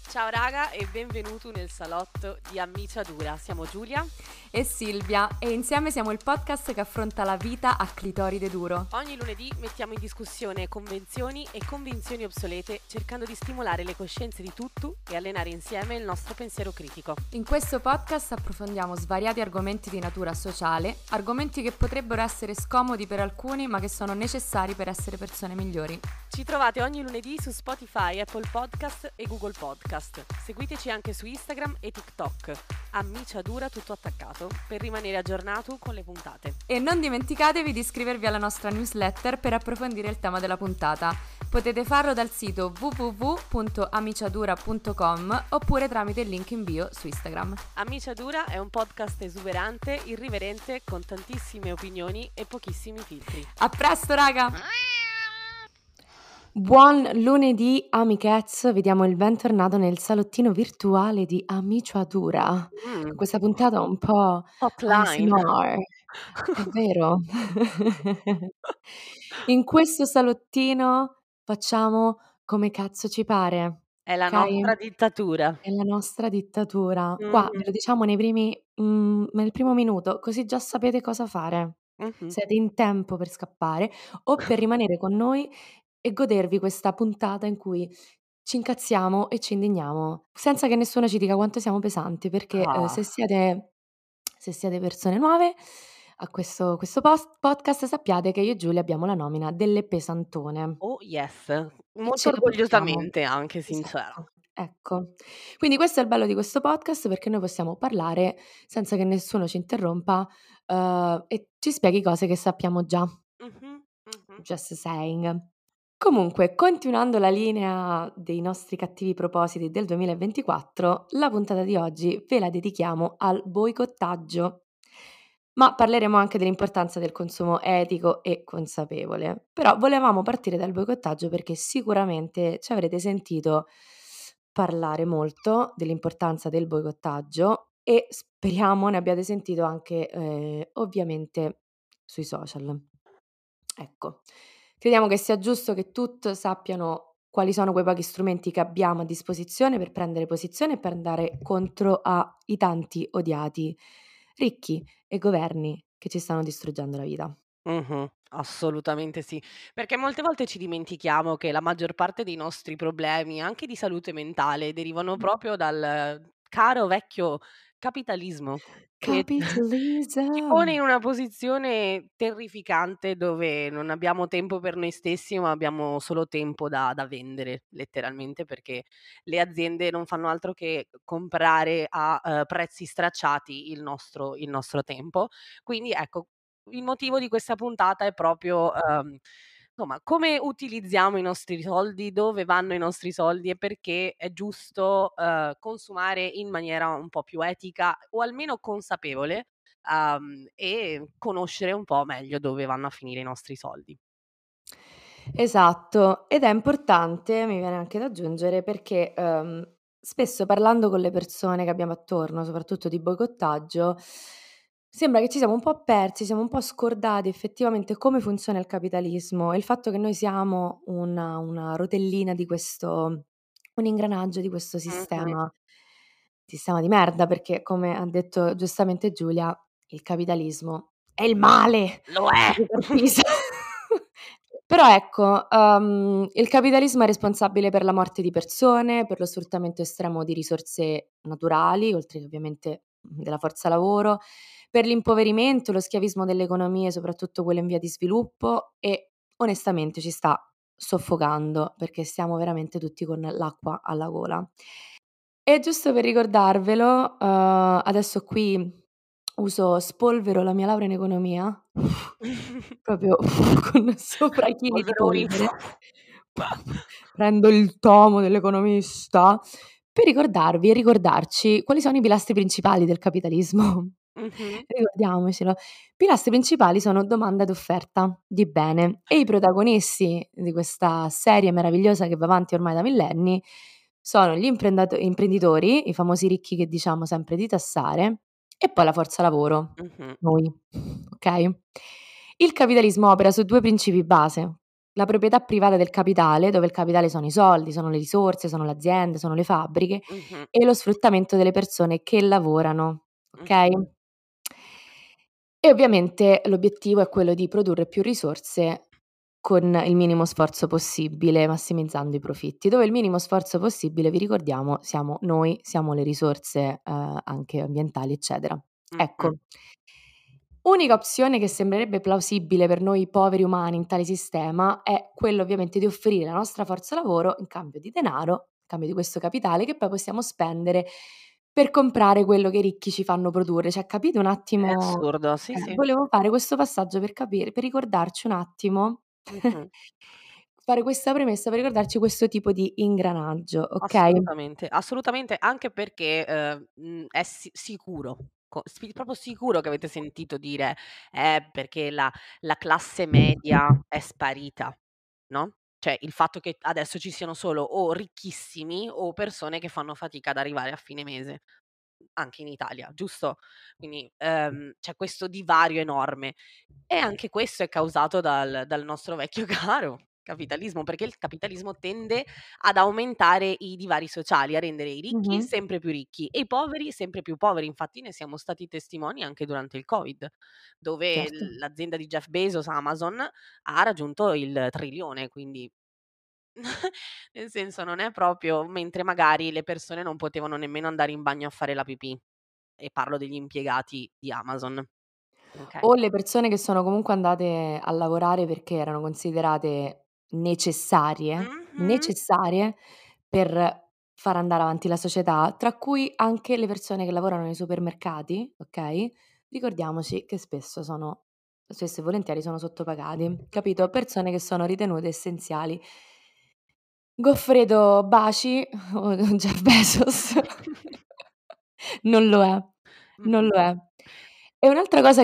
Ciao raga e benvenuto nel salotto di Ammiciadura. Siamo Giulia e Silvia e insieme siamo il podcast che affronta la vita a clitoride duro. Ogni lunedì mettiamo in discussione convenzioni e convinzioni obsolete, cercando di stimolare le coscienze di tutti e allenare insieme il nostro pensiero critico. In questo podcast approfondiamo svariati argomenti di natura sociale, argomenti che potrebbero essere scomodi per alcuni ma che sono necessari per essere persone migliori. Ci trovate ogni lunedì su Spotify, Apple Podcast e Google Podcast. Seguiteci anche su Instagram e TikTok. Ammiciadura tutto attaccato per rimanere aggiornato con le puntate. E non dimenticatevi di iscrivervi alla nostra newsletter per approfondire il tema della puntata. Potete farlo dal sito www.amiciadura.com oppure tramite il link in bio su Instagram. Ammiciadura è un podcast esuberante, irriverente, con tantissime opinioni e pochissimi filtri. A presto, raga! Buon lunedì, amichezze, vi diamo il bentornato nel salottino virtuale di Ammiciadura. Questa puntata è un po' Hotline. ASMR, è vero? In questo salottino facciamo come cazzo ci pare, È la ok? nostra dittatura. È la nostra dittatura. Qua ve Mh-mh, lo diciamo nel primo minuto, così già sapete cosa fare. mh-mh. Siete in tempo per scappare o per rimanere con noi e godervi questa puntata in cui ci incazziamo e ci indigniamo, senza che nessuno ci dica quanto siamo pesanti, perché, Ah. se siete persone nuove a questo podcast, sappiate che io e Giulia abbiamo la nomina delle pesantone Oh yes, e molto ce la portiamo. orgogliosamente anche, sincera. Esatto, ecco. Quindi questo è il bello di questo podcast, perché noi possiamo parlare senza che nessuno ci interrompa, e ci spieghi cose che sappiamo già. Mh-mh, mh-mh. Just saying. Comunque, continuando la linea dei nostri cattivi propositi del 2024, la puntata di oggi ve la dedichiamo al boicottaggio. Ma parleremo anche dell'importanza del consumo etico e consapevole. Però volevamo partire dal boicottaggio perché sicuramente ci avrete sentito parlare molto dell'importanza del boicottaggio e speriamo ne abbiate sentito anche, ovviamente sui social. Ecco, crediamo che sia giusto che tutti sappiano quali sono quei pochi strumenti che abbiamo a disposizione per prendere posizione e per andare contro ai tanti odiati ricchi e governi che ci stanno distruggendo la vita. Mh-mh, assolutamente sì. Perché molte volte ci dimentichiamo che la maggior parte dei nostri problemi, anche di salute mentale, derivano proprio dal caro vecchio capitalismo che ci pone in Capitalism. una posizione terrificante dove non abbiamo tempo per noi stessi, ma abbiamo solo tempo da vendere, letteralmente, perché le aziende non fanno altro che comprare a, prezzi stracciati il nostro tempo. Quindi ecco, il motivo di questa puntata è proprio, insomma, come utilizziamo i nostri soldi, dove vanno i nostri soldi e perché è giusto, consumare in maniera un po' più etica o almeno consapevole, e conoscere un po' meglio dove vanno a finire i nostri soldi. Esatto, ed è importante, mi viene anche da aggiungere, perché, spesso parlando con le persone che abbiamo attorno, soprattutto di boicottaggio, sembra che ci siamo un po' persi, siamo un po' scordati effettivamente come funziona il capitalismo e il fatto che noi siamo una rotellina di questo un ingranaggio di questo Mh-mh. sistema di merda, perché come ha detto giustamente Giulia, il capitalismo è il male Lo è! di cui Pisa. Però ecco, il capitalismo è responsabile per la morte di persone, per lo sfruttamento estremo di risorse naturali, oltre che ovviamente, della forza lavoro, per l'impoverimento, lo schiavismo delle economie, soprattutto quelle in via di sviluppo e onestamente ci sta soffocando, perché stiamo veramente tutti con l'acqua alla gola. E giusto per ricordarvelo, adesso qui spolvero la mia laurea in economia, proprio con sopra i chili di Polveroni. polvere. Prendo il tomo dell'economista per ricordarvi e ricordarci quali sono i pilastri principali del capitalismo. Mh-mh. Ricordiamocelo. I pilastri principali sono domanda ed offerta di bene e i protagonisti di questa serie meravigliosa che va avanti ormai da millenni sono gli imprenditori, i famosi ricchi che diciamo sempre di tassare, e poi la forza lavoro, Mh-mh. noi, okay? Il capitalismo opera su 2 principi base. la proprietà privata del capitale, dove il capitale sono i soldi, sono le risorse, sono le aziende, sono le fabbriche, Mh-mh, e lo sfruttamento delle persone che lavorano, okay? mh-mh. E ovviamente l'obiettivo è quello di produrre più risorse con il minimo sforzo possibile, massimizzando i profitti. Dove il minimo sforzo possibile, vi ricordiamo, siamo noi, siamo le risorse, anche ambientali, eccetera. Mh-mh. Ecco, unica opzione che sembrerebbe plausibile per noi poveri umani in tale sistema è quella ovviamente di offrire la nostra forza lavoro in cambio di denaro, in cambio di questo capitale che poi possiamo spendere per comprare quello che i ricchi ci fanno produrre. Cioè, capite un È attimo, assurdo, sì, sì. volevo fare questo passaggio per ricordarci un attimo, Mh-mh. fare questa premessa per ricordarci questo tipo di ingranaggio, okay? Assolutamente, assolutamente, anche perché, è sicuro, proprio sicuro che avete sentito dire: perché la classe media è sparita", no, cioè il fatto che adesso ci siano solo o ricchissimi o persone che fanno fatica ad arrivare a fine mese, anche in Italia, giusto? Quindi, c'è questo divario enorme. E anche questo è causato dal nostro vecchio caro capitalismo, perché il capitalismo tende ad aumentare i divari sociali, a rendere i ricchi Mh-mh, sempre più ricchi e i poveri sempre più poveri. Infatti ne siamo stati testimoni anche durante il Covid, dove certo. l'azienda di Jeff Bezos, Amazon, ha raggiunto il trilione, quindi nel senso non è proprio mentre magari le persone non potevano nemmeno andare in bagno a fare la pipì, e parlo degli impiegati di Amazon, okay. O le persone che sono comunque andate a lavorare perché erano considerate Mh-mh. necessarie per far andare avanti la società, tra cui anche le persone che lavorano nei supermercati, okay, ricordiamoci che spesso e volentieri sono sottopagati, capito, Mh-mh. persone che sono ritenute essenziali. Goffredo baci o Jeff Bezos. Non lo è, non Mh-mh. lo è. E un'altra cosa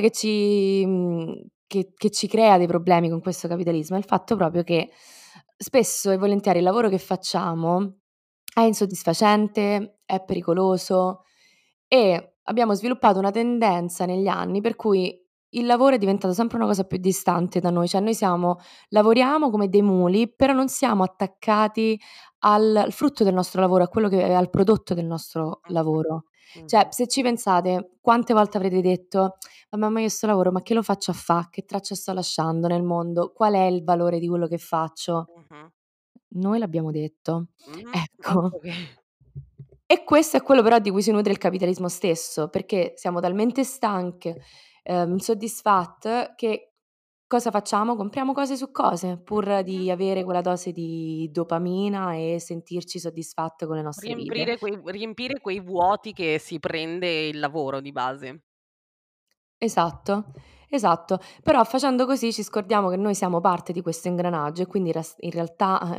che ci crea dei problemi con questo capitalismo è il fatto proprio che spesso e volentieri il lavoro che facciamo è insoddisfacente, è pericoloso e abbiamo sviluppato una tendenza negli anni per cui il lavoro è diventato sempre una cosa più distante da noi, cioè noi lavoriamo come dei muli, però non siamo attaccati al frutto del nostro lavoro, a quello che al prodotto del nostro Mh-mh. lavoro. Cioè, Mh-mh. se ci pensate, quante volte avrete detto: "Vabbè, ma io sto lavoro, ma che lo faccio a fa? Che traccia sto lasciando nel mondo? Qual è il valore di quello che faccio?" Mh-mh. Noi l'abbiamo detto. Mh-mh. Ecco. Altro che. E questo è quello però di cui si nutre il capitalismo stesso, perché siamo talmente stanche, insoddisfatte che cosa facciamo? Compriamo cose su cose, pur Mh-mh. di avere quella dose di dopamina e sentirci soddisfatte con le nostre vite. Riempire quei vuoti che si prende il lavoro di base. Esatto, esatto. Però facendo così ci scordiamo che noi siamo parte di questo ingranaggio e quindi in realtà,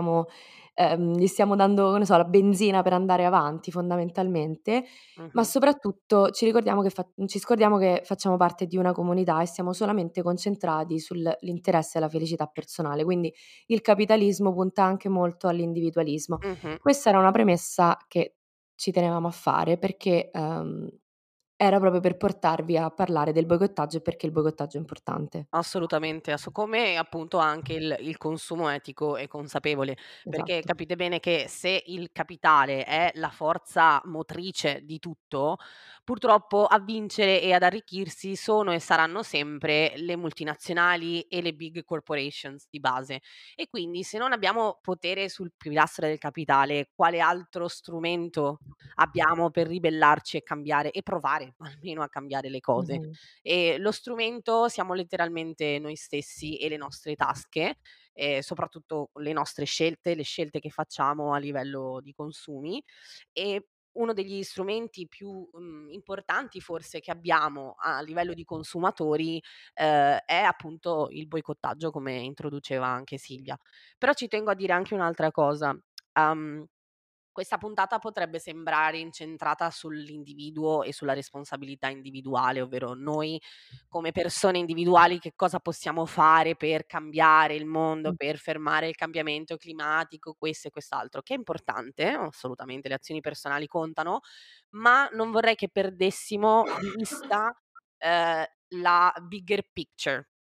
gli stiamo dando, che ne so, la benzina per andare avanti fondamentalmente, ma Mh-mh. soprattutto ci scordiamo che facciamo parte di una comunità e siamo solamente concentrati sull'interesse e la felicità personale, quindi il capitalismo punta anche molto all'individualismo. Mh-mh. Questa era una premessa che ci tenevamo a fare perché, era proprio per portarvi a parlare del boicottaggio e perché il boicottaggio è importante. Assolutamente, come appunto anche il consumo etico e consapevole, perché Esatto. capite bene che se il capitale è la forza motrice di tutto, purtroppo a vincere e ad arricchirsi sono e saranno sempre le multinazionali e le big corporations di base. E quindi se non abbiamo potere sul pilastro del capitale, quale altro strumento abbiamo per ribellarci e cambiare e provare almeno a cambiare le cose? Mh-mh. Lo strumento siamo letteralmente noi stessi e le nostre tasche, soprattutto le nostre scelte, le scelte che facciamo a livello di consumi. E uno degli strumenti più, importanti forse che abbiamo a livello di consumatori, è appunto il boicottaggio, come introduceva anche Silvia. Però ci tengo a dire anche un'altra cosa. uhm Questa puntata potrebbe sembrare incentrata sull'individuo e sulla responsabilità individuale, ovvero noi come persone individuali che cosa possiamo fare per cambiare il mondo, Mh. per fermare il cambiamento climatico, questo e quest'altro, che è importante, assolutamente, le azioni personali contano, ma non vorrei che perdessimo di vista, la bigger picture.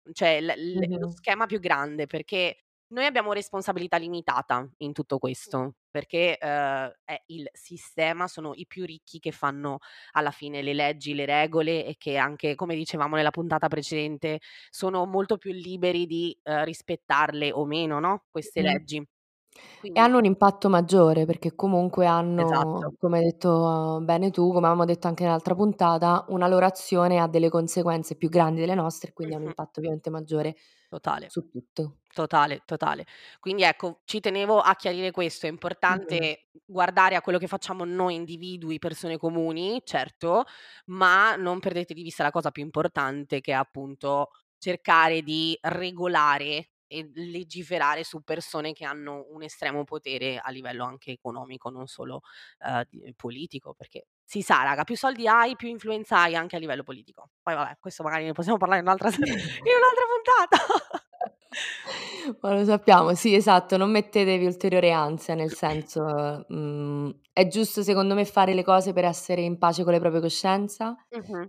cioè lo Mh-mh. schema più grande, perché noi abbiamo responsabilità limitata in tutto questo, perché, è il sistema, sono i più ricchi che fanno alla fine le leggi, le regole e che anche, come dicevamo nella puntata precedente, sono molto più liberi di, rispettarle o meno, no, queste Mh-mh. leggi. E Quindi hanno un impatto maggiore perché comunque hanno, esatto. come hai detto bene tu, come avevamo detto anche nell'altra puntata, una loro azione ha delle conseguenze più grandi delle nostre e quindi ha un Mh-mh. impatto ovviamente maggiore Totale. su tutto. Totale, totale. Quindi ecco, ci tenevo a chiarire questo. È Mh-mh. importante guardare a quello che facciamo noi individui, persone comuni, certo, ma non perdete di vista la cosa più importante che è appunto cercare di regolare e legiferare su persone che hanno un estremo potere a livello anche economico, non solo, politico, perché si sa raga, più soldi hai, più influenza hai anche a livello politico. Poi vabbè, questo magari ne possiamo parlare in un'altra in un'altra puntata. Ma lo sappiamo, sì, esatto, non mettetevi ulteriore ansia, nel senso, è giusto secondo me fare le cose per essere in pace con le proprie coscienza, Mh-mh,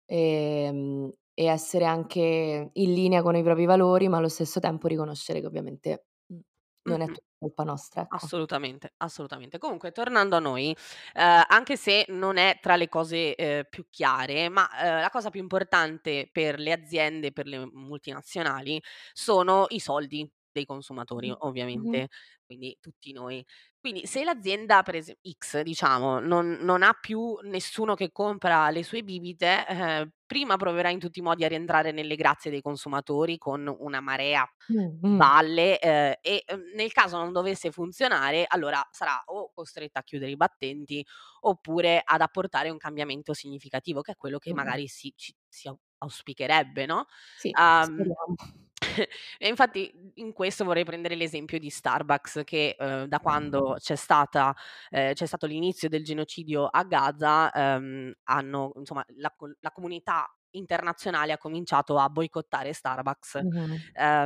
e essere anche in linea con i propri valori, ma allo stesso tempo riconoscere che ovviamente, non è mh-mh. tutta colpa nostra, ecco. Assolutamente, assolutamente. Comunque tornando a noi, anche se non è tra le cose, più chiare, ma, la cosa più importante per le aziende, per le multinazionali, sono i soldi dei consumatori Mh-mh. ovviamente, quindi tutti noi. Quindi se l'azienda per X diciamo non ha più nessuno che compra le sue bibite, prima proverà in tutti i modi a rientrare nelle grazie dei consumatori con una marea Mh. valle, e, nel caso non dovesse funzionare, allora sarà o costretta a chiudere i battenti, oppure ad apportare un cambiamento significativo, che è quello che Mh-mh. magari si auspicherebbe, no, Sì, uhm, speriamo. e infatti in questo vorrei prendere l'esempio di Starbucks che, da quando c'è stato l'inizio del genocidio a Gaza, hanno insomma la comunità internazionale ha cominciato a boicottare Starbucks, Mh-mh.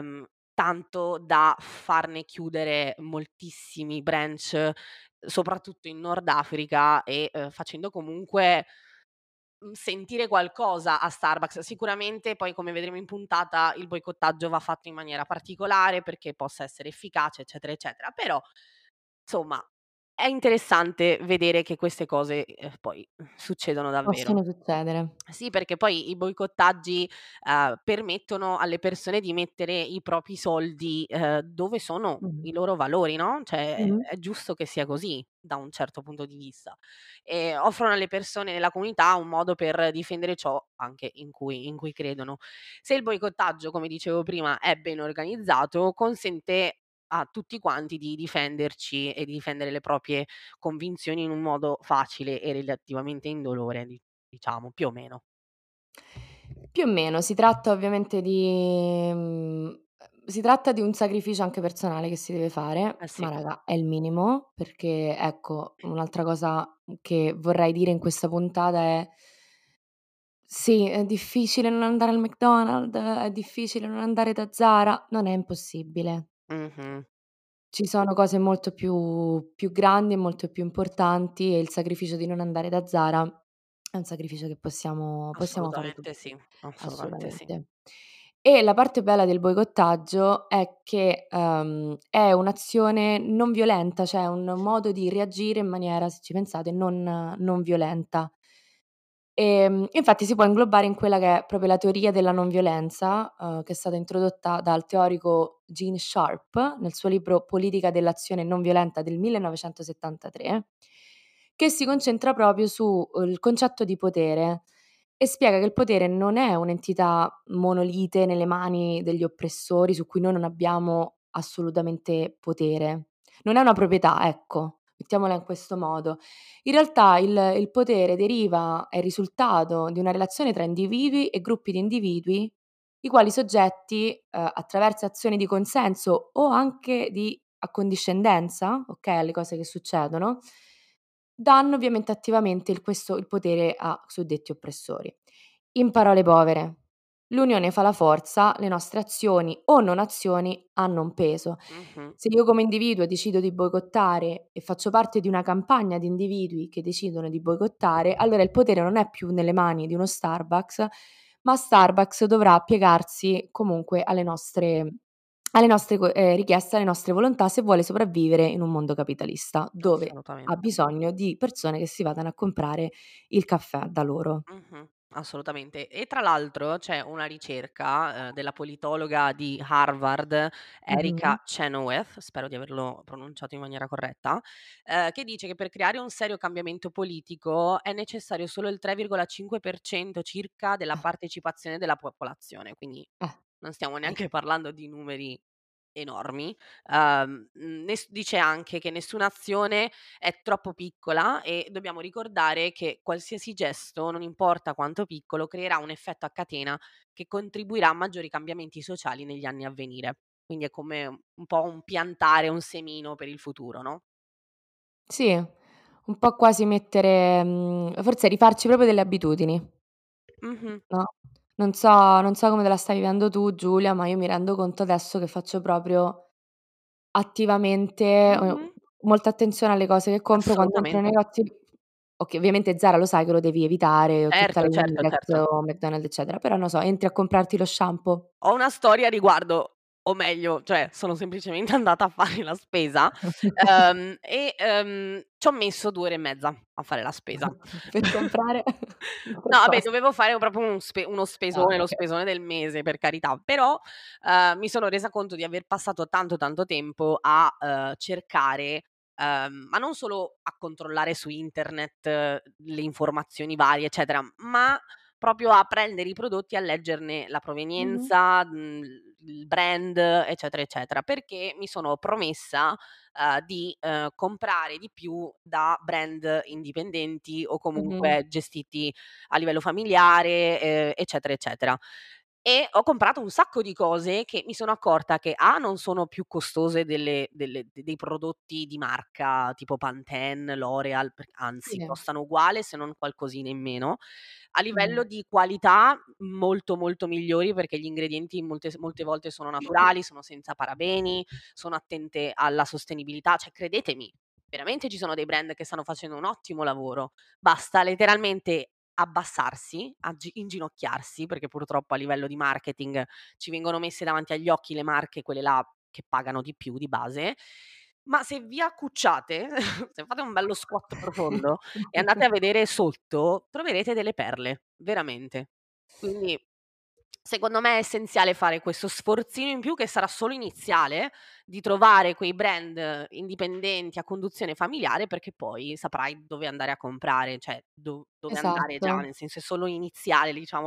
tanto da farne chiudere moltissimi branch, soprattutto in Nord Africa e, facendo comunque, sentire qualcosa a Starbucks. Sicuramente poi, come vedremo in puntata, il boicottaggio va fatto in maniera particolare perché possa essere efficace, eccetera, eccetera. Però, insomma, è interessante vedere che queste cose, poi, succedono davvero. Possono succedere. Sì, perché poi i boicottaggi, permettono alle persone di mettere i propri soldi, dove sono Mh-mh. i loro valori, no, cioè Mh-mh. è giusto che sia così, da un certo punto di vista. E offrono alle persone nella comunità un modo per difendere ciò anche in cui credono. Se il boicottaggio, come dicevo prima, è ben organizzato, consente a tutti quanti di difenderci e di difendere le proprie convinzioni in un modo facile e relativamente indolore, diciamo, più o meno. Più o meno, si tratta ovviamente si tratta di un sacrificio anche personale che si deve fare, Eh ma sì. raga è il minimo, perché ecco, un'altra cosa che vorrei dire in questa puntata è: sì, è difficile non andare al McDonald's, è difficile non andare da Zara, non è impossibile. Mh-mh. Ci sono cose molto più grandi e molto più importanti e il sacrificio di non andare da Zara è un sacrificio che possiamo fare Assolutamente tutti, sì, assolutamente sì. assolutamente. E la parte bella del boicottaggio è che, è un'azione non violenta, cioè un modo di reagire in maniera, se ci pensate, non violenta. Infatti si può inglobare in quella che è proprio la teoria della non violenza, che è stata introdotta dal teorico Gene Sharp nel suo libro "Politica dell'azione non violenta" del 1973, che si concentra proprio su, il concetto di potere e spiega che il potere non è un'entità monolite nelle mani degli oppressori su cui noi non abbiamo assolutamente potere. Non è una proprietà, ecco, mettiamola in questo modo. In realtà il potere deriva è il risultato di una relazione tra individui e gruppi di individui, i quali soggetti, attraverso azioni di consenso o anche di accondiscendenza, okay, alle cose che succedono, danno ovviamente attivamente il potere a suddetti oppressori. In parole povere, l'unione fa la forza, le nostre azioni o non azioni hanno un peso. Mh-mh. Se io come individuo decido di boicottare e faccio parte di una campagna di individui che decidono di boicottare, allora il potere non è più nelle mani di uno Starbucks, ma Starbucks dovrà piegarsi comunque alle nostre richieste, alle nostre volontà se vuole sopravvivere in un mondo capitalista, dove ha Assolutamente. bisogno di persone che si vadano a comprare il caffè da loro. Assolutamente. E tra l'altro c'è una ricerca, della politologa di Harvard, Mh-mh. Erika Chenoweth, spero di averlo pronunciato in maniera corretta, che dice che per creare un serio cambiamento politico è necessario solo il 3,5% circa della Eh, partecipazione della popolazione, quindi eh, non stiamo okay. neanche parlando di numeri enormi. Dice anche che nessuna azione è troppo piccola e dobbiamo ricordare che qualsiasi gesto, non importa quanto piccolo, creerà un effetto a catena che contribuirà a maggiori cambiamenti sociali negli anni a venire. Quindi è come un po' un piantare un semino per il futuro, no? Sì, un po' quasi mettere forse rifarci proprio delle abitudini, Mh-mh. no, non so come te la stai vivendo tu Giulia, ma io mi rendo conto adesso che faccio proprio attivamente, Mh-mh. molta attenzione alle cose che compro quando entro nei Assolutamente. negozi. Okay, ovviamente Zara lo sai che lo devi evitare, o tutta Certo, la certo, Inditex certo. o McDonald's eccetera, però non so, entri a comprarti lo shampoo. Ho una storia a riguardo, o meglio, cioè sono semplicemente andata a fare la spesa, c'ho messo 2 ore e mezza a fare la spesa. Per comprare No, che vabbè, cosa? dovevo fare proprio uno Ah, spesone, lo okay. spesone del mese, per carità, però, mi sono resa conto di aver passato tanto, tanto tempo a, cercare, ma non solo a controllare su internet le informazioni varie, eccetera, ma proprio a prendere i prodotti e a leggerne la Mh-mh, provenienza, il brand, eccetera, eccetera, perché mi sono promessa, di, comprare di più da brand indipendenti o mh-mh, comunque gestiti a livello familiare, eccetera, eccetera. E ho comprato un sacco di cose che mi sono accorta che A non sono più costose dei prodotti di marca tipo Pantene, L'Oreal, anzi sì, costano uguale se non qualcosina in meno. A livello mh-mh. di qualità molto, molto migliori perché gli ingredienti molte volte sono naturali, sono senza parabeni, sono attente alla sostenibilità, cioè credetemi, veramente ci sono dei brand che stanno facendo un ottimo lavoro. Basta letteralmente abbassarsi, inginocchiarsi, perché purtroppo a livello di marketing ci vengono messe davanti agli occhi le marche, quelle là che pagano di più di base, ma se vi accucciate, se fate un bello squat profondo e andate a vedere sotto, troverete delle perle, veramente. Quindi secondo me è essenziale fare questo sforzino in più che sarà solo iniziale, di trovare quei brand indipendenti a conduzione familiare, perché poi saprai dove andare a comprare, cioè dove andare già, Esatto. nel senso è solo iniziale diciamo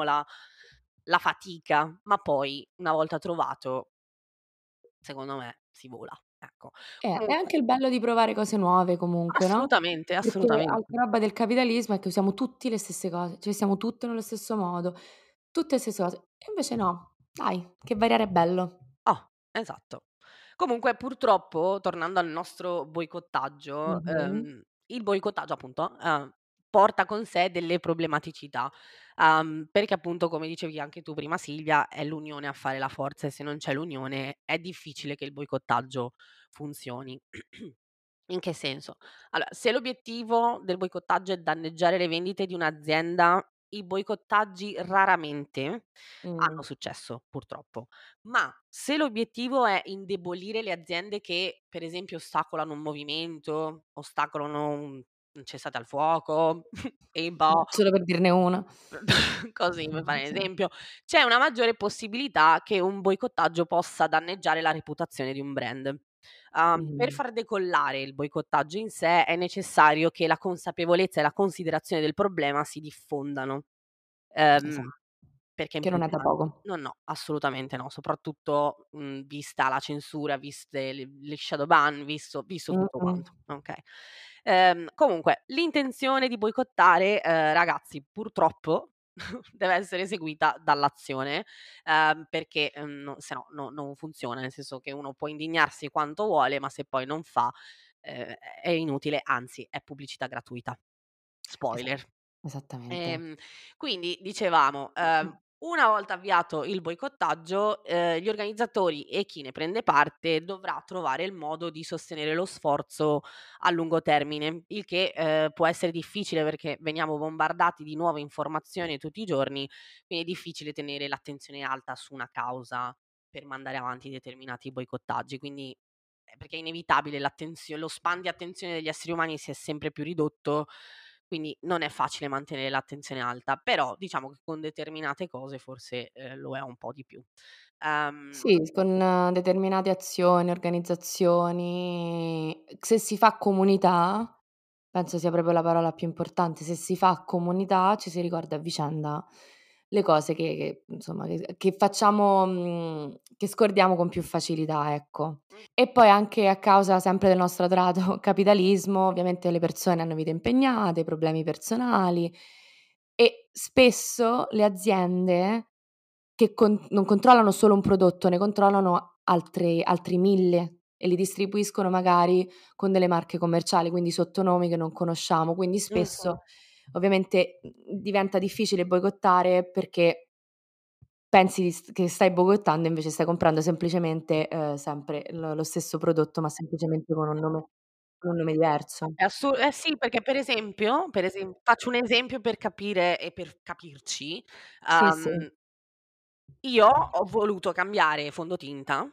la fatica, ma poi una volta trovato, secondo me si vola, ecco. È Comunque anche il bello di provare cose nuove comunque, no, assolutamente, perché assolutamente. altra roba del capitalismo è che usiamo tutti le stesse cose, cioè siamo tutte nello stesso modo, tutte le stesse cose. E invece no, dai, che variare è bello. Esatto. Comunque purtroppo, tornando al nostro boicottaggio, Mh-mh. il boicottaggio appunto, porta con sé delle problematicità, perché appunto, come dicevi anche tu prima Silvia, è l'unione a fare la forza e se non c'è l'unione è difficile che il boicottaggio funzioni. In che senso? Allora, se l'obiettivo del boicottaggio è danneggiare le vendite di un'azienda, i boicottaggi raramente Mh. hanno successo, purtroppo. Ma se l'obiettivo è indebolire le aziende che, per esempio, ostacolano un movimento, ostacolano un cessate al fuoco, EBA, Solo per dirne una. così per fare un esempio, c'è una maggiore possibilità che un boicottaggio possa danneggiare la reputazione di un brand. Per Mh-mh. far decollare il boicottaggio in sé è necessario che la consapevolezza e la considerazione del problema si diffondano. Esa Ehm, Perché è che non è da importante. poco. No, no, assolutamente no, soprattutto, vista la censura, viste le shadow ban, visto tutto Mh-mh. quanto, okay. Comunque l'intenzione di boicottare, ragazzi, purtroppo deve essere seguita dall'azione, perché, no se no non funziona, nel senso che uno può indignarsi quanto vuole, ma se poi non fa, è inutile, anzi è pubblicità gratuita. Esa Spoiler. esattamente. Ehm, quindi dicevamo, Una volta avviato il boicottaggio, gli organizzatori e chi ne prende parte dovrà trovare il modo di sostenere lo sforzo a lungo termine, il che, può essere difficile perché veniamo bombardati di nuove informazioni tutti i giorni, quindi è difficile tenere l'attenzione alta su una causa per mandare avanti determinati boicottaggi. Quindi perché è inevitabile lo span di attenzione degli esseri umani si è sempre più ridotto, quindi non è facile mantenere l'attenzione alta, però diciamo che con determinate cose forse, lo è un po' di più. Ehm Sì, s con determinate azioni, organizzazioni, se si fa comunità, penso sia proprio la parola più importante, se si fa comunità ci si ricorda a vicenda le cose che insomma che facciamo che scordiamo con più facilità, ecco. mh, E poi anche a causa sempre del nostro adorato capitalismo, ovviamente le persone hanno vite impegnate, problemi personali e spesso le aziende che non controllano solo un prodotto, ne controllano altri 1000 e li distribuiscono magari con delle marche commerciali, quindi sotto nomi che non conosciamo. Quindi mh-mh. spesso ovviamente, diventa difficile boicottare perché pensi che stai boicottando, invece stai comprando semplicemente, sempre lo stesso prodotto, ma semplicemente con un nome diverso. Sì, perché faccio un esempio per capire e per capirci. Sì, sì. Uhm, io ho voluto cambiare fondotinta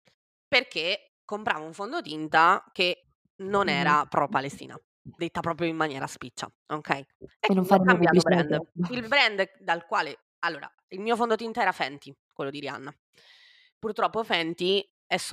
perché compravo un fondotinta che non Mh-mh. era pro Palestina, detta proprio in maniera spiccia, okay, e E non quindi ho faremo cambiato pubblicità ai brand. club. Il brand dal quale allora, il mio fondotinta era Fenty, quello di Rihanna. Purtroppo Fenty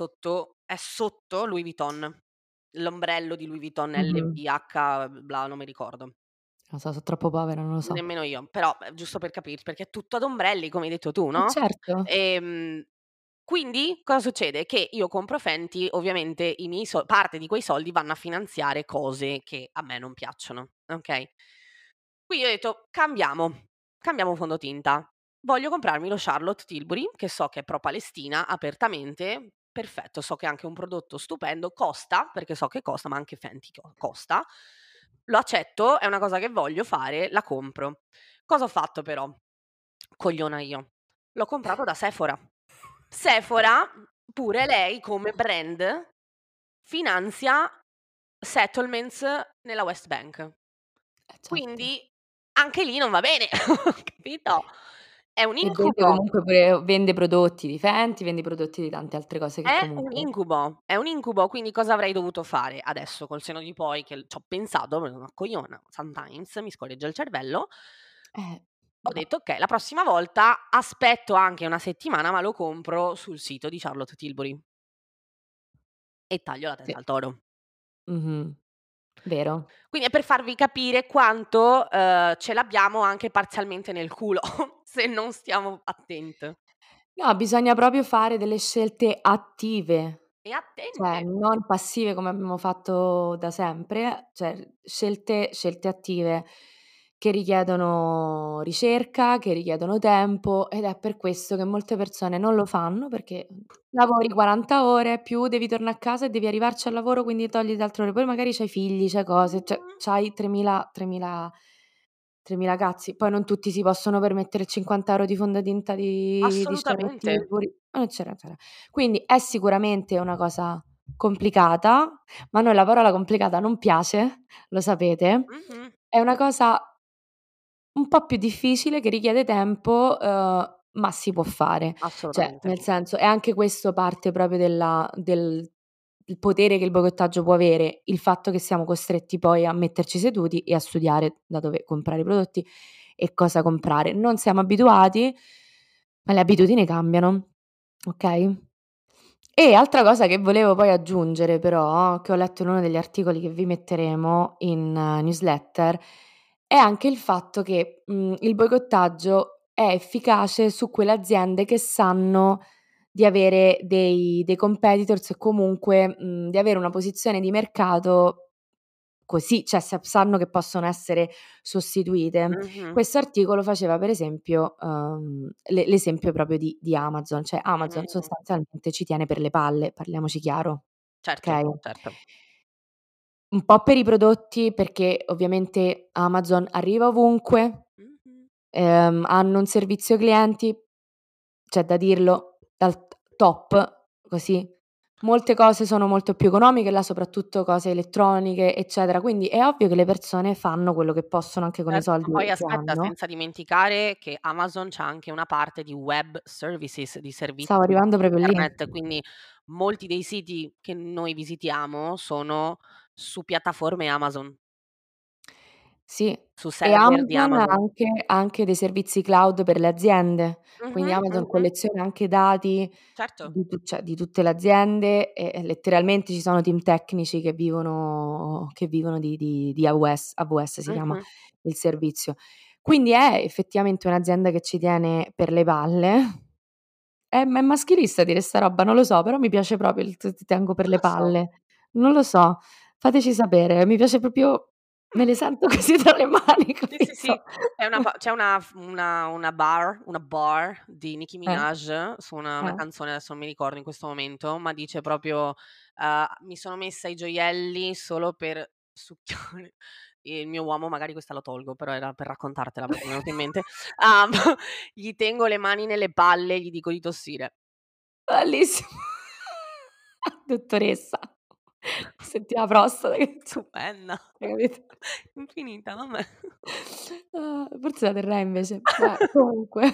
è sotto Louis Vuitton. L'ombrello di Louis Vuitton Mh-mh. LVH bla, non mi ricordo. Lo so troppo povera, non lo so. Nemmeno io, però, giusto per capirci, perché è tutto ad ombrelli, come hai detto tu, no, Certo. ehm, quindi cosa succede? Che io compro Fenty, ovviamente i miei parte di quei soldi vanno a finanziare cose che a me non piacciono, okay? Quindi ho detto: cambiamo fondotinta. Voglio comprarmi lo Charlotte Tilbury, che so che è pro Palestina, apertamente, perfetto, so che è anche un prodotto stupendo, costa, perché so che costa, ma anche Fenty costa. Lo accetto, è una cosa che voglio fare, la compro. Cosa ho fatto però? Cogliona io. L'ho comprato da Sephora. Sephora, pure lei come brand, finanzia settlements nella West Bank. Certo. Quindi anche lì non va bene, capito? È un E vende incubo, comunque pure vende prodotti di Fenty, vende prodotti di tante altre cose che è un comunque incubo, è un incubo. Quindi cosa avrei dovuto fare adesso col senno di poi che c'ho pensato, perché sono una cogliona, sometimes mi scorreggia il cervello, ho bah, detto: "Okay, la prossima volta aspetto anche una settimana, ma lo compro sul sito di Charlotte Tilbury e taglio la sì. testa al toro." Mh-mh. Vero. Quindi è per farvi capire quanto, ce l'abbiamo anche parzialmente nel culo se non stiamo attente No, bisogna proprio fare delle scelte attive, e cioè attente. non passive come abbiamo fatto da sempre, cioè scelte attive che richiedono ricerca, che richiedono tempo ed è per questo che molte persone non lo fanno perché, lavori 40 ore, più devi torna a casa e devi arrivarci al lavoro, quindi togliti altre ore, poi magari c'hai figli, c'hai cose, cioè Mh-mh. c'hai 3000 cazzi. Poi non tutti si possono permettere il 50 € di fondotinta di Charlotte Assolutamente. Tilbury, eccetera, eccetera. Quindi è sicuramente una cosa complicata, ma a noi la parola complicata non piace, lo sapete. Mh-mh. È una cosa un po' più difficile che richiede tempo, ma si può fare. Cioè, Assolutamente. nel senso e anche questo parte proprio del potere che il boicottaggio può avere, il fatto che siamo costretti poi a metterci seduti e a studiare da dove comprare i prodotti e cosa comprare. Non siamo abituati, ma le abitudini cambiano, okay? E altra cosa che volevo poi aggiungere però, che ho letto in uno degli articoli che vi metteremo in newsletter, è anche il fatto che, il boicottaggio è efficace su quelle aziende che sanno di avere dei competitors e comunque, di avere una posizione di mercato così, cioè sanno che possono essere sostituite. Mh-mh. Questo articolo faceva per esempio, l'esempio proprio di Amazon, cioè Amazon Mh-mh. sostanzialmente ci tiene per le palle, parliamoci chiaro, Certo, okay? certo. Un po' per i prodotti, perché ovviamente Amazon arriva ovunque, Mh-mh. hanno un servizio clienti, c'è da dirlo, dal top, così. Molte cose sono molto più economiche là, soprattutto cose elettroniche, eccetera, quindi è ovvio che le persone fanno quello che possono anche con i Certo, ma soldi poi che aspetta, hanno. senza dimenticare che Amazon c'ha anche una parte di web services, di servizi Stavo arrivando proprio lì. internet, quindi molti dei siti che noi visitiamo sono su piattaforme Amazon, Sì, su e server di Amazon Amazon. ha anche dei servizi cloud per le aziende, quindi Mh-mh, Amazon mh-mh. colleziona anche dati Certo. di tutte le aziende e letteralmente ci sono team tecnici che vivono di AWS si chiama Mh-mh. il servizio. Quindi è effettivamente un'azienda che ci tiene per le palle. È maschilista dire 'sta roba, non lo so, però mi piace proprio il "t ti tengo per Non le lo so. palle". Non lo so, fateci sapere, mi piace proprio me le sento così tra le mani, Sì, sì, sì. capito? C'è una bar di Nicki Eh, Minaj su una eh. canzone, adesso non mi ricordo in questo momento, ma dice proprio, "Mi sono messa i gioielli solo per succhiare il mio uomo", magari questa lo tolgo, però era per raccontartela perché mi è venuto in mente. Ah, "Gli tengo le mani nelle palle, gli dico di tossire". Bellissimo. Dottoressa, senti la prostata che c'ha, Stupenda. hai capito? Infinita, vabbè. Ah, forse la terrei invece. Vabbè, comunque.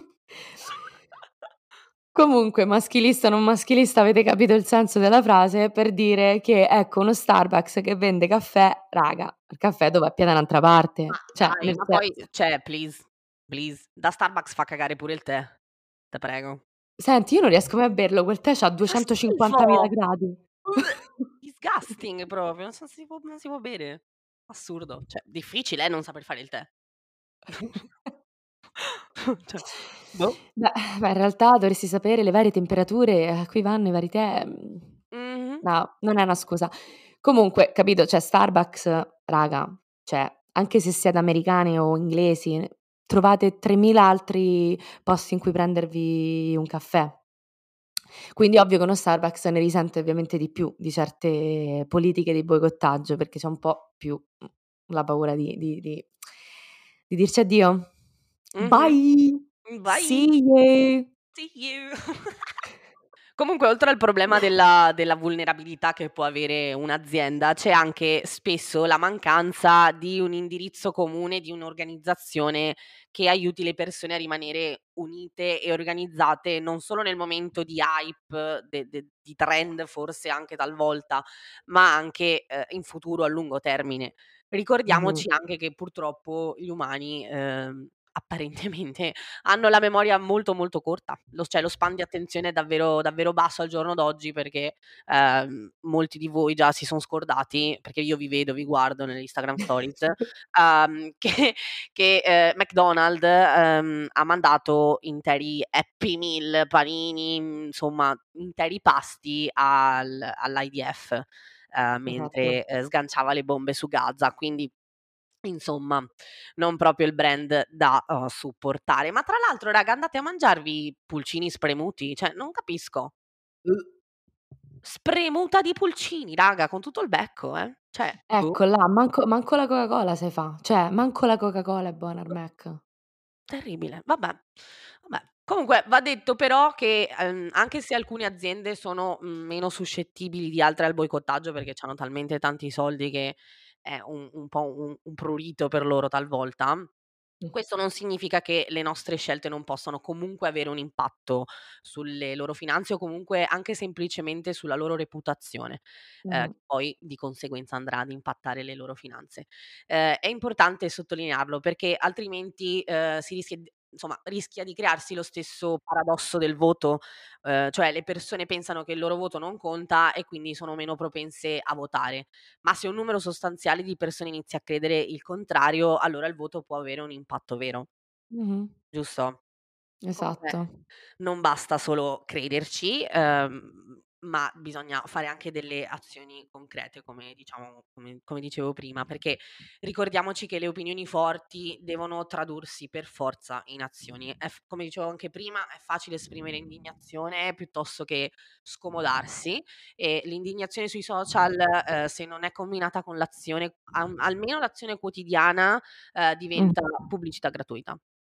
Comunque, maschilista o non maschilista, avete capito il senso della frase per dire che, ecco, uno Starbucks che vende caffè, raga, il caffè dov'è piena un'altra Ma parte, cioè dai, nel ma poi senso cioè please, da Starbucks fa cagare pure il tè, te prego. senti, io non riesco mai a berlo, quel tè c'ha Fa schifo! 250.000 gradi. Disgusting proprio, non si può bere. Assurdo. Cioè, difficile non saper fare il tè. Cioè, boh. Beh, in realtà dovresti sapere le varie temperature a cui vanno i vari tè, Mh-mh. no, non è una scusa. Comunque, capito, cioè Starbucks, raga, cioè anche se siete americani o inglesi, trovate 3000 altri posti in cui prendervi un caffè. Quindi ovvio che uno Starbucks ne risente ovviamente di più di certe politiche di boicottaggio, perché c'è un po' più, la paura di dirci addio. Mh-mh. Bye, Vai. see you. See you. Comunque oltre al problema della vulnerabilità che può avere un'azienda, c'è anche spesso la mancanza di un indirizzo comune, di un'organizzazione che aiuti le persone a rimanere unite e organizzate, non solo nel momento di hype, di trend forse anche talvolta, ma anche, in futuro a lungo termine. Mh-mh. Ricordiamoci anche che purtroppo gli umani, apparentemente hanno la memoria molto, molto corta. Lo span di attenzione è davvero davvero basso al giorno d'oggi perché, molti di voi già si son scordati, perché io vi vedo, vi guardo nelle Instagram Stories, che McDonald's, ha mandato interi Happy Meal, panini, insomma interi pasti all'IDF, Esatto. mentre, sganciava le bombe su Gaza. Quindi insomma, non proprio il brand da, supportare. Ma tra l'altro raga, andate a mangiarvi i pulcini spremuti? Cioè, non capisco. Spremuta di pulcini, raga, con tutto il becco, cioè, boh, Ecco là, manco la Coca-Cola sai fa, cioè manco la Coca-Cola è buona al Mac. terribile. Vabbè, vabbè. Comunque va detto però che, anche se alcune aziende sono, meno suscettibili di altre al boicottaggio perché c'hanno talmente tanti soldi che è un po' un prurito per loro talvolta. Mh. Questo non significa che le nostre scelte non possano comunque avere un impatto sulle loro finanze o comunque anche semplicemente sulla loro reputazione, Mh-mh. che poi di conseguenza andrà ad impattare le loro finanze. È importante sottolinearlo perché altrimenti, si rischia di crearsi lo stesso paradosso del voto, cioè le persone pensano che il loro voto non conta e quindi sono meno propense a votare. Ma se un numero sostanziale di persone inizia a credere il contrario, allora il voto può avere un impatto vero, Mh-mh. giusto? Comunque Esatto. non basta solo crederci, ma bisogna fare anche delle azioni concrete, come diciamo come dicevo prima, perché ricordiamoci che le opinioni forti devono tradursi per forza in azioni. Come dicevo anche prima, è facile esprimere indignazione piuttosto che scomodarsi e l'indignazione sui social, se non è combinata con l'azione almeno l'azione quotidiana, Mh. diventa pubblicità gratuita.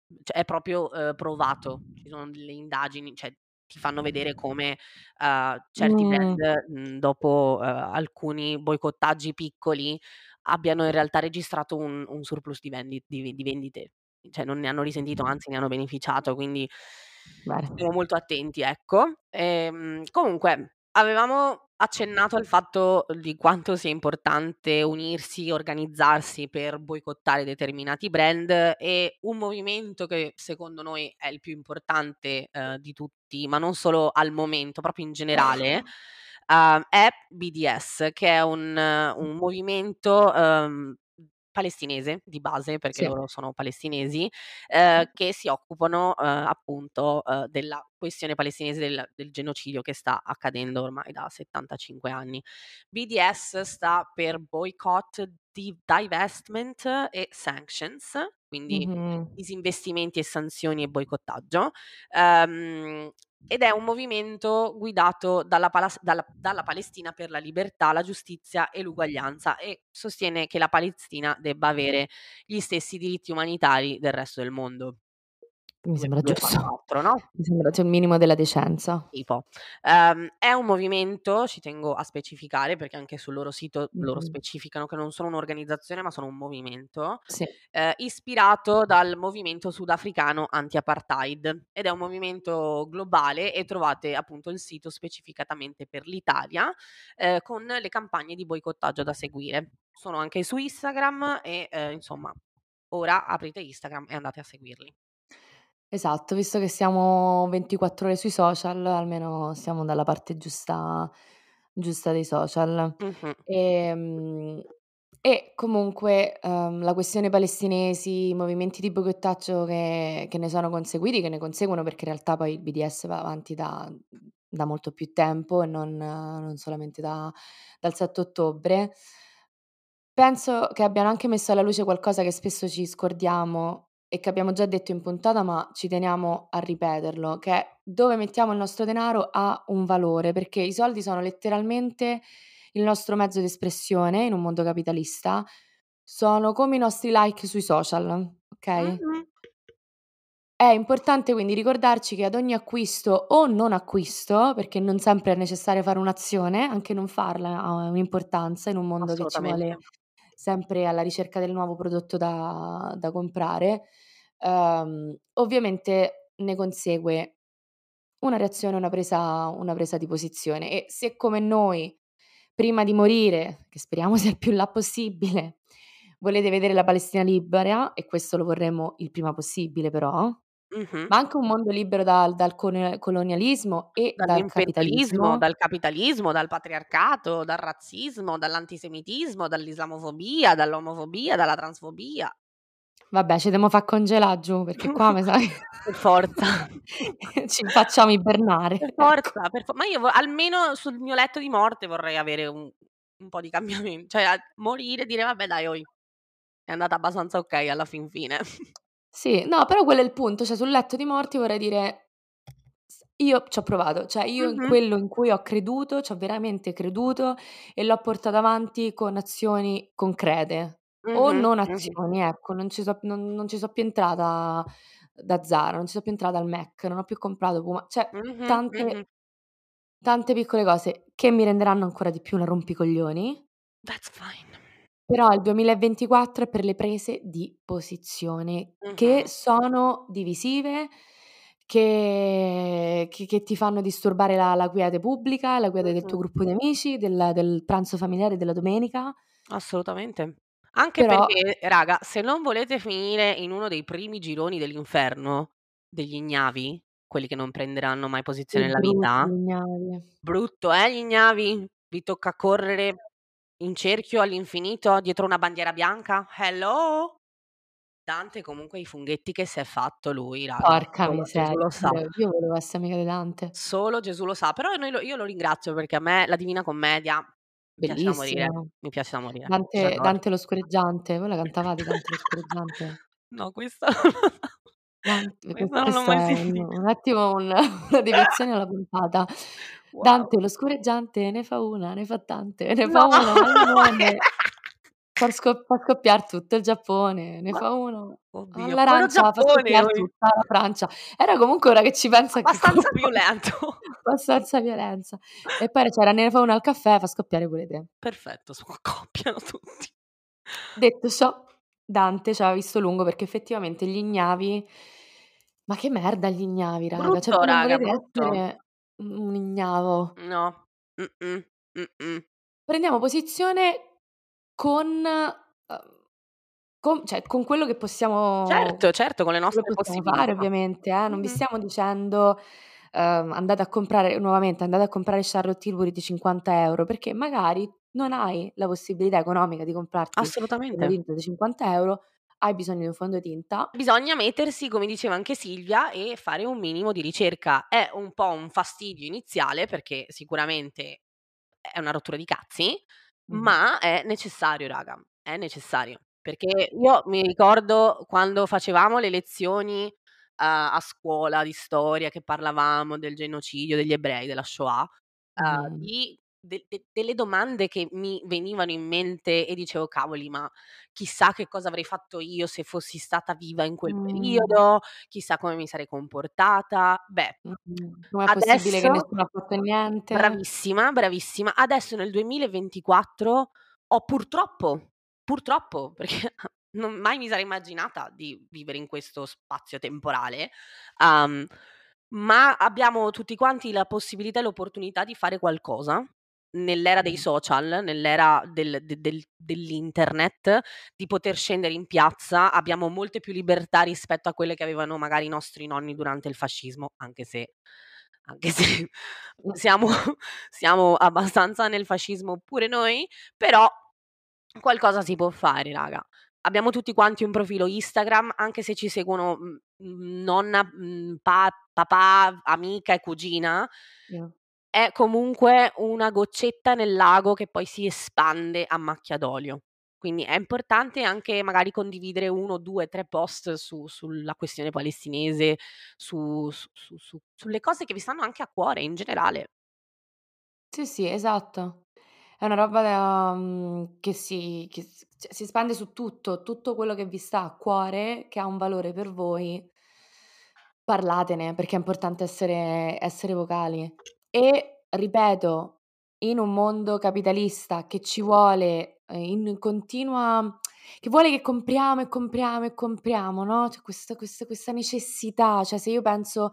cioè è proprio, provato. Ci sono delle indagini, cioè ti fanno vedere come, certi Mh, brand, dopo, alcuni boicottaggi piccoli, abbiano in realtà registrato un surplus di vendite. Cioè non ne hanno risentito, anzi ne hanno beneficiato, quindi bene. stiamo molto attenti, ecco. Comunque avevamo accennato al fatto di quanto sia importante unirsi, organizzarsi per boicottare determinati brand, e un movimento che secondo noi è il più importante, di tutti, ma non solo al momento, proprio in generale, è BDS, che è un movimento, palestinese di base, perché Sì. loro sono palestinesi, che si occupano, appunto, della questione palestinese, del genocidio che sta accadendo ormai da 75 anni. BDS sta per Boycott, Divestment e Sanctions, quindi Mh-mh. disinvestimenti e sanzioni e boicottaggio. Ehm, ed è un movimento guidato dalla Palestina per la libertà, la giustizia e l'uguaglianza, e sostiene che la Palestina debba avere gli stessi diritti umanitari del resto del mondo. Mi sembra giusto. 2 4, no? Mi sembra c'è il minimo della decenza. Tipo. È un movimento, ci tengo a specificare, perché anche sul loro sito loro Mh-mh. specificano che non sono un'organizzazione, ma sono un movimento, Sì. ispirato dal movimento sudafricano anti-apartheid, ed è un movimento globale, e trovate appunto il sito specificatamente per l'Italia, con le campagne di boicottaggio da seguire. Sono anche su Instagram e, insomma, ora aprite Instagram e andate a seguirli. Esatto, visto che siamo 24 ore sui social, almeno siamo dalla parte giusta dei social. Mh-mh. Ehm, e comunque, la questione palestinesi, i movimenti di boicottaggio che ne sono conseguiti, che ne conseguono perché in realtà poi il BDS va avanti da molto più tempo e non solamente dal 7 ottobre. Penso che abbiano anche messo alla luce qualcosa che spesso ci scordiamo e che abbiamo già detto in puntata, ma ci teniamo a ripeterlo, che dove mettiamo il nostro denaro ha un valore, perché i soldi sono letteralmente il nostro mezzo d'espressione in un mondo capitalista, sono come i nostri like sui social, okay? Mh-mh. È importante quindi ricordarci che ad ogni acquisto o non acquisto, perché non sempre è necessario fare un'azione, anche non farla ha un'importanza in un mondo che ci Assolutamente. vuole sempre alla ricerca del nuovo prodotto da comprare, ovviamente ne consegue una reazione, una presa di posizione e se come noi, prima di morire, che speriamo sia il più in là possibile, volete vedere la Palestina libera, e questo lo vorremmo il prima possibile però, Mh-mh. ma anche un mondo libero dal colonialismo e dal Dall'imperialismo, capitalismo. dal capitalismo, dal patriarcato, dal razzismo, dall'antisemitismo, dall'islamofobia, dall'omofobia, dalla transfobia. Vabbè, ci devo fa' congelà giù, perché qua mi sa che Per forza. ci facciamo Per ibernare, ecco. forza, ma io almeno sul mio letto di morte vorrei avere un po' di cioè a morire e dire: "Vabbè dai, è andata abbastanza okay alla fin fine." Sì, no, però quello è il punto, cioè sul letto di morti vorrei dire: io c'ho provato, cioè io in Mh-mh, quello in cui ho creduto, c'ho veramente creduto e l'ho portato avanti con azioni concrete o mh-mh, non mh-mh, azioni, ecco, non ci so più entrata da Zara, non ci so più entrata al Mac, non ho più comprato Puma, cioè mh-mh, mh-mh. tante tante piccole cose che mi renderanno ancora di più una rompicoglioni. That's fine. Però il 2024 è per le prese di posizione, che Mh-mh, sono divisive, che ti fanno disturbare la quiete pubblica, la quiete del tuo mh-mh. gruppo di amici, del pranzo familiare della domenica, Assolutamente. Anche però perché, raga, se non volete finire in uno dei primi gironi dell'inferno, degli ignavi, quelli che non prenderanno mai che posizione nella brutti vita, ignavi. brutto, gli ignavi? Vi tocca correre in cerchio all'infinito dietro una bandiera bianca? Hello? Dante comunque i funghetti che s'è fatto lui, raga, Porca solo Gesù miseria, lo sa. io volevo esse amica di Dante. Solo Gesù lo sa. Però io lo ringrazio, perché a me la Divina Commedia mi piace da morire, Bellissima. mi piace da morire. Dante J'adore. Dante lo scorreggiante, voi la cantavate Dante lo scorreggiante? No, questa non lo so. Questa non l'ho Questo mai è un sentita. un attimo una deviazione alla puntata. Wow. Dante lo scorreggiante ne fa una, ne fa tante, ne No. fa una al limone. fa scoppiar tutto il Giappone, ne Ma fa uno oddio, povero all'arancia fa Giappone, scoppiar tutta la Francia. Era comunque ora che ci penso anche abbastanza quello violento. abbastanza violenza. E poi c'era ne fa uno al caffè, fa scoppiare pure te. Perfetto, scoppiano tutti. Detto ciò, Dante c'aveva visto lungo perché effettivamente gli ignavi ma che merda gli ignavi raga, cioè Brutto voi non raga, volete brutto. essere un ignavo. No. Mh-mh, mh-mh. Prendiamo posizione cioè con quello che Certo, certo, con le nostre possiamo fare possibilità. ovviamente, non vi Mh-mh. stiamo dicendo, andate a comprare Charlotte Tilbury di 50 € perché magari non hai la possibilità economica di comprarti Assolutamente. fondotinta di 50 €, hai bisogno di un fondotinta. Bisogna mettersi, come diceva anche Silvia, e fare un minimo di ricerca. È un po' un fastidio iniziale perché sicuramente è una rottura di cazzi, Mh-mh. ma è necessario raga, è necessario. Perché io mi ricordo quando facevamo le lezioni, a scuola di storia che parlavamo del genocidio degli ebrei, della Shoah, Mh. di delle domande che mi venivano in mente e dicevo: "Cavoli, ma chissà che cosa avrei fatto io se fossi stata viva in quel Mh. periodo, chissà come mi sarei comportata." Beh, Com'è possibile che adesso nessuno ha fatto niente? bravissima, bravissima. Adesso nel 2024 ho purtroppo, perché non mai mi sarei immaginata di vivere in questo spazio temporale, uhm, ma abbiamo tutti quanti la possibilità e l'opportunità di fare qualcosa nell'era dei Mh. social, nell'era dell'internet, di poter scendere in piazza. Abbiamo molte più libertà rispetto a quelle che avevano magari i nostri nonni durante il fascismo, anche se siamo siamo abbastanza nel fascismo pure noi, però qualcosa si può fare raga. Abbiamo tutti quanti un profilo Instagram, anche se ci seguono, nonna, papà, amica e cugina, Io è comunque una goccetta nel lago che poi si espande a macchia d'olio. Quindi è importante anche magari condividere 1, 2, 3 post sulla questione palestinese, sulle cose che vi stanno anche a cuore in generale. Sì, sì, esatto. È una roba da che cioè si spande su tutto, tutto quello che vi sta a cuore, che ha un valore per voi, parlatene, perché è importante essere vocali. E ripeto, in un mondo capitalista che ci vuole, in continua che vuole che compriamo e compriamo e compriamo, no, c'è questa necessità, cioè se io penso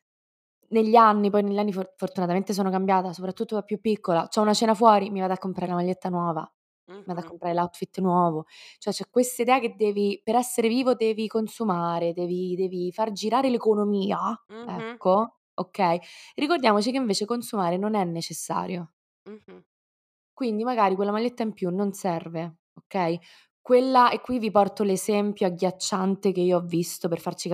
negli anni fortunatamente sono cambiata, soprattutto da più piccola. C'ho una cena fuori, mi vado a comprare la maglietta nuova, mi vado a Mh-mh, comprare l'outfit nuovo. Cioè c'è quest'idea che devi per essere vivo devi consumare, devi far girare l'economia, mh-mh, ecco, okay? Ricordiamoci che invece consumare non è necessario. mh-mh. Quindi magari quella maglietta in più non serve, okay? Quella e qui vi porto l'esempio agghiacciante che io ho visto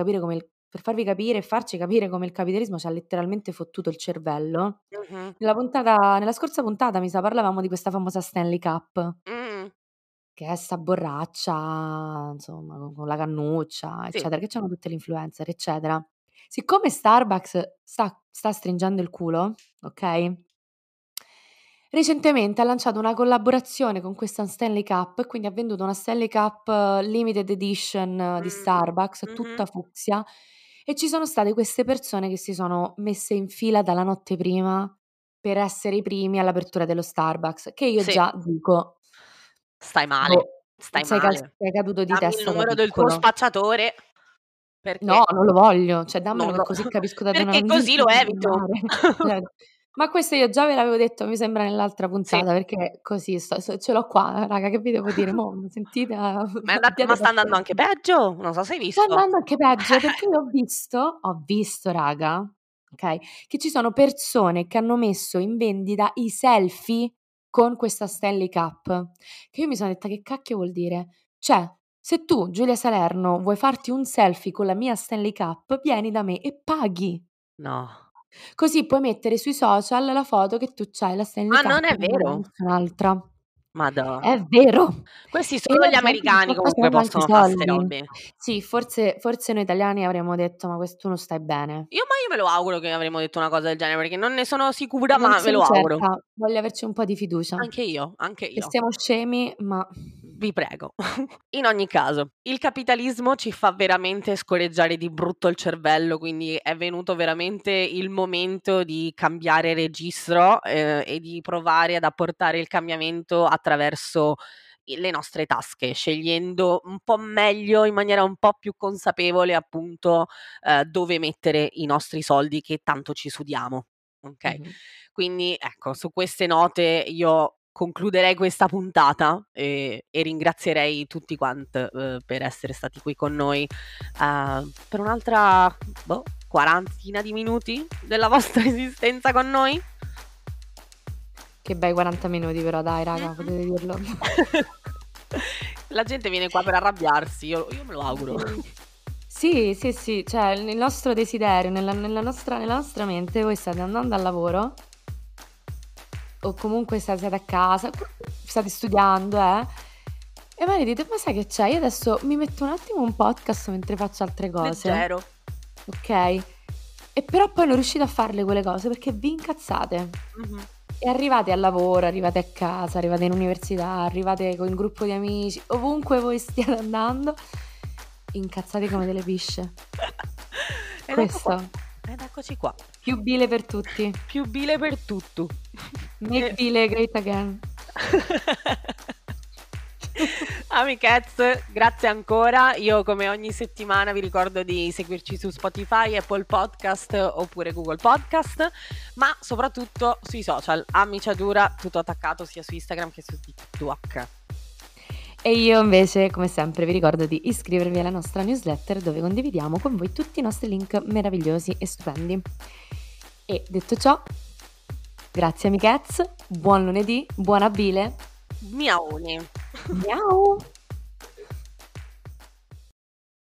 per farvi capire e farci capire come il capitalismo ci ha letteralmente fottuto il cervello. Mh-mh. Nella scorsa puntata mi sa parlavamo di questa famosa Stanley Cup, Mh. che è 'sta borraccia, insomma, con la cannuccia, Sì. eccetera, che c'hanno tutte le influencer, eccetera. Siccome Starbucks sta stringendo il culo, okay, recentemente ha lanciato una collaborazione con questa Stanley Cup e quindi ha venduto una Stanley Cup limited edition di Mh. Starbucks, Mh-mh. tutta fucsia, e ci sono state queste persone che si sono messe in fila dalla notte prima per essere i primi all'apertura dello Starbucks, che io Sì, già dico: stai male, "Boh, stai male. sei caduto di Dammi il testa da numero del tuo piccolo". spacciatore perché No, non lo voglio, cioè non dammelo che lo così capisco da dove perché così andare lo a evito. comprare. Cioè ma questo io già ve l'avevo detto, mi sembra nell'altra Sì, puntata, perché così ce l'ho qua, raga, che vi devo dire? Mo' sentite ma abbiate sta andando anche pazienza. peggio? Non so se hai Sta visto. andando anche peggio, perché io ho visto raga, okay, che ci sono persone che hanno messo in vendita i selfie con questa Stanley Cup, che io mi sono detta: "Che cacchio vuol dire?" Cioè, se tu, Giulia Salerno, vuoi farti un selfie con la mia Stanley Cup, vieni da me e paghi. No. Così puoi mettere sui social la foto che tu c'hai la Stanley Ma non Cup è e non la vero. nessun'altra. Madò. È vero! Questi E solo la gli gente ci americani sta comunque facendo anche i possono fa 'ste soldi. robe. Sì, forse noi italiani avremmo detto: "Ma tu non stai bene". Io me lo auguro che avremmo detto una cosa del genere, perché non ne sono sicura, Non ma me sono lo auguro. certa, voglio averci un po' di fiducia. Anche io, anche Che io. siamo scemi, ma Vi prego. In ogni caso, il capitalismo ci fa veramente scorreggiare di brutto il cervello, quindi è venuto veramente il momento di cambiare registro, e di provare ad apportare il cambiamento attraverso le nostre tasche, scegliendo un po' meglio, in maniera un po' più consapevole, appunto, dove mettere i nostri soldi che tanto ci sudiamo, okay? Mh-mh. Quindi ecco, su queste note io concluderei questa puntata, e ringrazierei tutti per essere stati qui con noi, per un'altra, quarantina di minuti della vostra esistenza con noi. Che bei 40 minuti però dai raga, Mh-mh. potete dirlo. La gente viene qua per arrabbiarsi, io me lo auguro. Sì, sì, sì, cioè il nostro desiderio, nella nostra mente voi state andando al lavoro o comunque siete a casa, state studiando, e magari dite: "Ma sai che c'è? Io adesso mi metto un attimo un podcast mentre faccio altre cose", Leggero. okay, e però poi non riuscite a farle quelle cose perché vi incazzate. Mh-mh. E arrivate al lavoro, arrivate a casa, arrivate in università, arrivate con il gruppo di amici, ovunque voi stiate andando, incazzati come delle bisce. Ed ecco qua. Questo. Ed eccoci qua. Più bile per tutti. Più bile per tutto. Make bile great again. Amichezze, grazie ancora. Io come ogni settimana vi ricordo di seguirci su Spotify, Apple Podcast oppure Google Podcast, ma soprattutto sui social, Amiciadura, tutto attaccato sia su Instagram che su TikTok. E io invece, come sempre, vi ricordo di iscrivervi alla nostra newsletter dove condividiamo con voi tutti i nostri link meravigliosi e stupendi. E detto ciò, grazie amichezze, buon lunedì, buona bile. Miaoni. Miau!